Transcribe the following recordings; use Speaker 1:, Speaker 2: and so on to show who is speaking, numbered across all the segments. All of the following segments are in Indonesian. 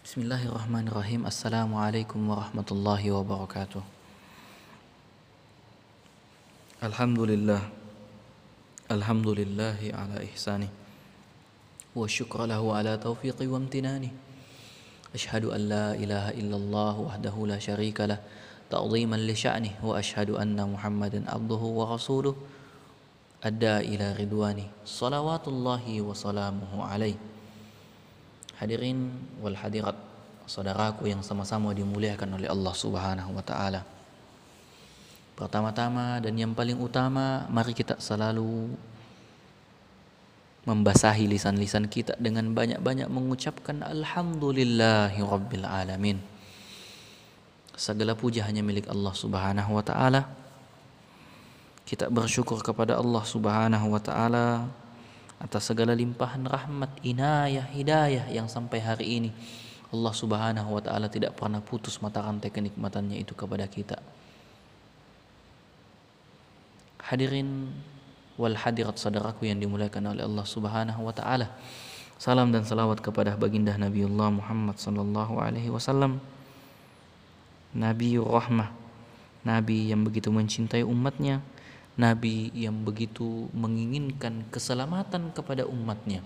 Speaker 1: Bismillahirrahmanirrahim. Assalamualaikum warahmatullahi wabarakatuh. Alhamdulillah. Alhamdulillahi ala ihsani. Wa syukra lahu ala taufiqi wa amtinani. Ashhadu an la ilaha illallah wahdahu la syarika lah ta'ziman li sya'nih wa ashhadu anna Muhammadan abduhu wa rasuluh adda ila ridwani. Salawatullahi wa salamuhu alaih. Hadirin wal hadirat, saudaraku yang sama-sama dimuliakan oleh Allah Subhanahu wa taala. Pertama-tama dan yang paling utama, mari kita selalu membasahi lisan-lisan kita dengan banyak-banyak mengucapkan alhamdulillahi rabbil alamin. Segala puja hanya milik Allah Subhanahu wa taala. Kita bersyukur kepada Allah Subhanahu wa taala atas segala limpahan rahmat, inayah, hidayah yang sampai hari ini Allah Subhanahu wa taala tidak pernah putus mata rantai kenikmatannya itu kepada kita. Hadirin wal hadirat, saudaraku yang dimuliakan oleh Allah Subhanahu wa taala. Salam dan salawat kepada baginda Nabiullah Muhammad sallallahu alaihi wasallam. Nabi rahmah, nabi yang begitu mencintai umatnya, nabi yang begitu menginginkan keselamatan kepada umatnya.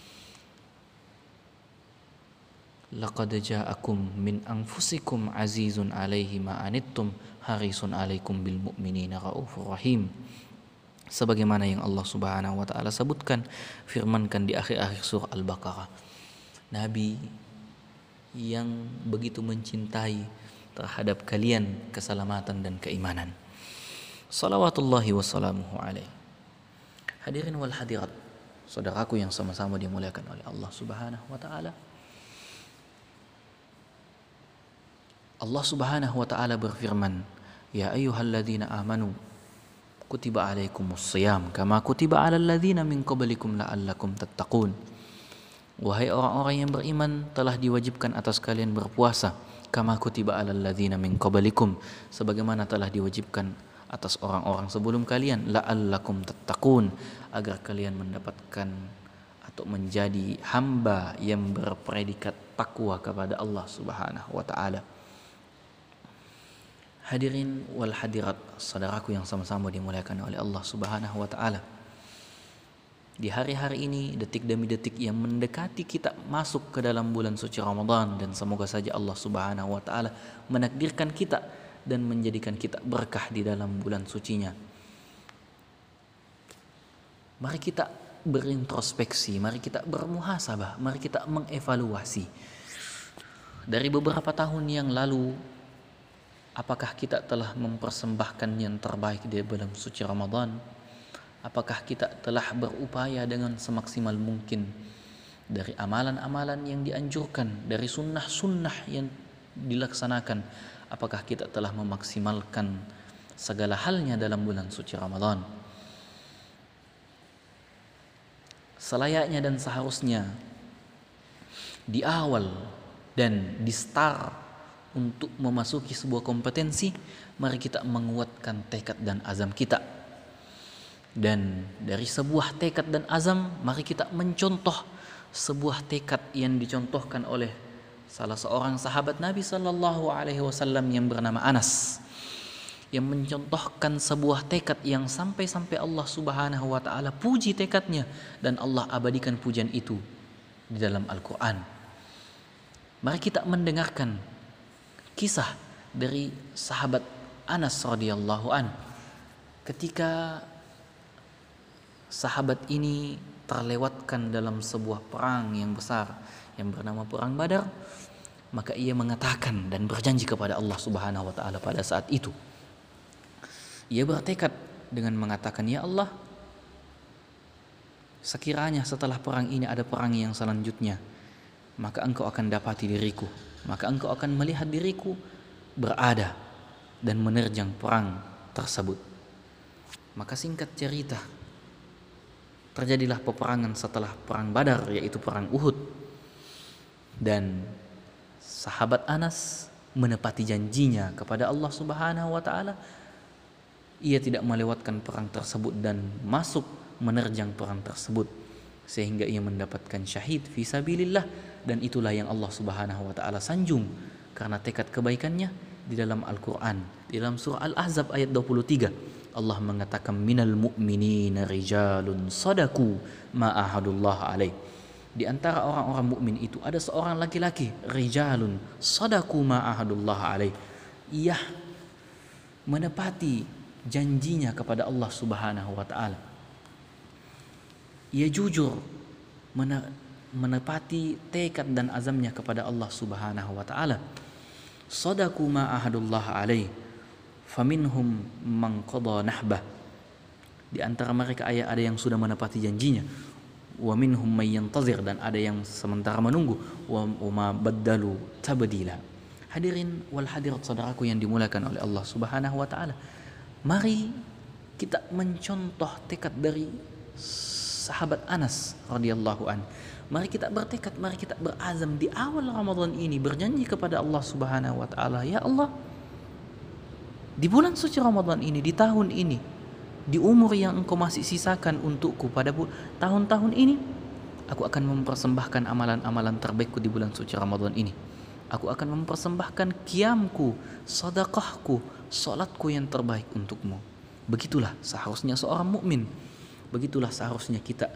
Speaker 1: Laqad ja'akum min anfusikum azizun alaihi ma anittum harisun alaikum bil mu'minina raufur rahim. Sebagaimana yang Allah Subhanahu wa taala sebutkan, firmankan di akhir-akhir surah Al-Baqarah. Nabi yang begitu mencintai terhadap kalian keselamatan dan keimanan. Salawatullahi wassalamuhu alaih. Hadirin wal hadirat, saudaraku yang sama-sama dimuliakan oleh Allah Subhanahu wa taala. Allah Subhanahu wa taala berfirman, "Ya ayyuhalladzina amanu kutiba alaikumus shiyam kama kutiba alal ladzina min qablikum la'allakum tattaqun." Wahai orang-orang yang beriman, telah diwajibkan atas kalian berpuasa kama kutiba alal ladzina min qablikum, sebagaimana telah diwajibkan atas orang-orang sebelum kalian, la'allakum tattaqun, agar kalian mendapatkan atau menjadi hamba yang berpredikat takwa kepada Allah Subhanahu wa taala. Hadirin wal hadirat, saudaraku yang sama-sama dimuliakan oleh Allah Subhanahu wa taala. Di hari-hari ini, detik demi detik yang mendekati kita masuk ke dalam bulan suci Ramadan, dan semoga saja Allah Subhanahu wa taala menakdirkan kita dan menjadikan kita berkah di dalam bulan sucinya. Mari kita berintrospeksi, mari kita bermuhasabah, mari kita mengevaluasi. Dari beberapa tahun yang lalu, apakah kita telah mempersembahkan yang terbaik di bulan suci Ramadan? Apakah kita telah berupaya dengan semaksimal mungkin dari amalan-amalan yang dianjurkan, dari sunnah-sunnah yang dilaksanakan? Apakah kita telah memaksimalkan segala halnya dalam bulan suci Ramadan? Selayaknya dan seharusnya di awal dan di start untuk memasuki sebuah kompetensi, mari kita menguatkan tekad dan azam kita. Dan dari sebuah tekad dan azam, mari kita mencontoh sebuah tekad yang dicontohkan oleh salah seorang sahabat Nabi sallallahu alaihi wasallam yang bernama Anas, yang mencontohkan sebuah tekad yang sampai-sampai Allah Subhanahu wa taala puji tekadnya, dan Allah abadikan pujian itu di dalam Al-Qur'an. Mari kita mendengarkan kisah dari sahabat Anas radhiyallahu an. Ketika sahabat ini terlewatkan dalam sebuah perang yang besar yang bernama Perang Badar, maka ia mengatakan dan berjanji kepada Allah Subhanahu wa taala pada saat itu. Ia bertekad dengan mengatakan, "Ya Allah, sekiranya setelah perang ini ada perang yang selanjutnya, maka Engkau akan dapati diriku, maka Engkau akan melihat diriku berada dan menerjang perang tersebut." Maka singkat cerita, terjadilah peperangan setelah perang Badar, yaitu perang Uhud. Dan sahabat Anas menepati janjinya kepada Allah Subhanahu wa taala. Ia tidak melewatkan perang tersebut dan masuk menerjang perang tersebut, sehingga ia mendapatkan syahid fisabilillah Dan itulah yang Allah Subhanahu wa taala sanjung karena tekad kebaikannya di dalam Al-Qur'an. Di dalam surah Al-Ahzab ayat 23 Allah mengatakan minal mu'minina rijalun sadaku ma ahadullah alaih. Di antara orang-orang mukmin itu ada seorang laki-laki, rijalun sadaku ma ahadullah alaih. Ia menepati janjinya kepada Allah Subhanahu wa taala. Ia jujur menepati tekad dan azamnya kepada Allah Subhanahu wa taala. Sadaku ma ahadullah alaih. Faminhum man qada nahbah. Di antara mereka ada yang sudah menepati janjinya. Wa minhum may yantazir, dan ada yang sementara menunggu. Wa ma baddalu tabdila. Hadirin wal hadirat saudaraku yang dimuliakan oleh Allah Subhanahu wa taala. Mari kita mencontoh tekad dari sahabat Anas radhiyallahu an. Mari kita bertekad, mari kita berazam di awal Ramadan ini berjanji kepada Allah Subhanahu wa taala, ya Allah, di bulan suci Ramadan ini, di tahun ini, di umur yang Engkau masih sisakan untukku pada tahun-tahun ini, aku akan mempersembahkan amalan-amalan terbaikku di bulan suci Ramadan ini. Aku akan mempersembahkan qiyamku, sedekahku, salatku yang terbaik untukmu. Begitulah seharusnya seorang mukmin. Begitulah seharusnya kita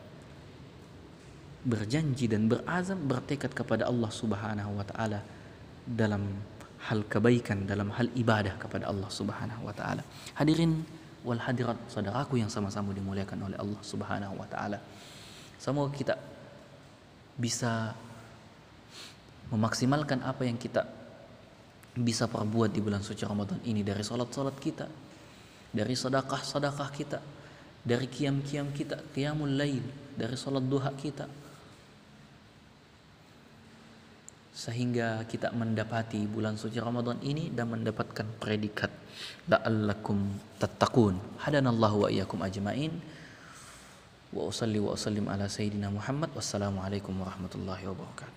Speaker 1: berjanji dan berazam, bertekad kepada Allah Subhanahu wa taala dalam hal kebaikan, dalam hal ibadah kepada Allah Subhanahu wa taala. Hadirin wal hadirat saudaraku yang sama-sama dimuliakan oleh Allah Subhanahu wa taala. Semoga kita bisa memaksimalkan apa yang kita bisa perbuat di bulan suci Ramadan ini, dari salat-salat kita, dari sedekah-sedekah kita, dari qiyam-qiyam kita, qiyamul lail, dari salat duha kita, sehingga kita mendapati bulan suci Ramadan ini dan mendapatkan predikat la'allakum tattaqun. Hadanallahu wa iyyakum ajmain. Wa usalli wa usallim ala sayyidina Muhammad. Wassalamualaikum warahmatullahi wabarakatuh.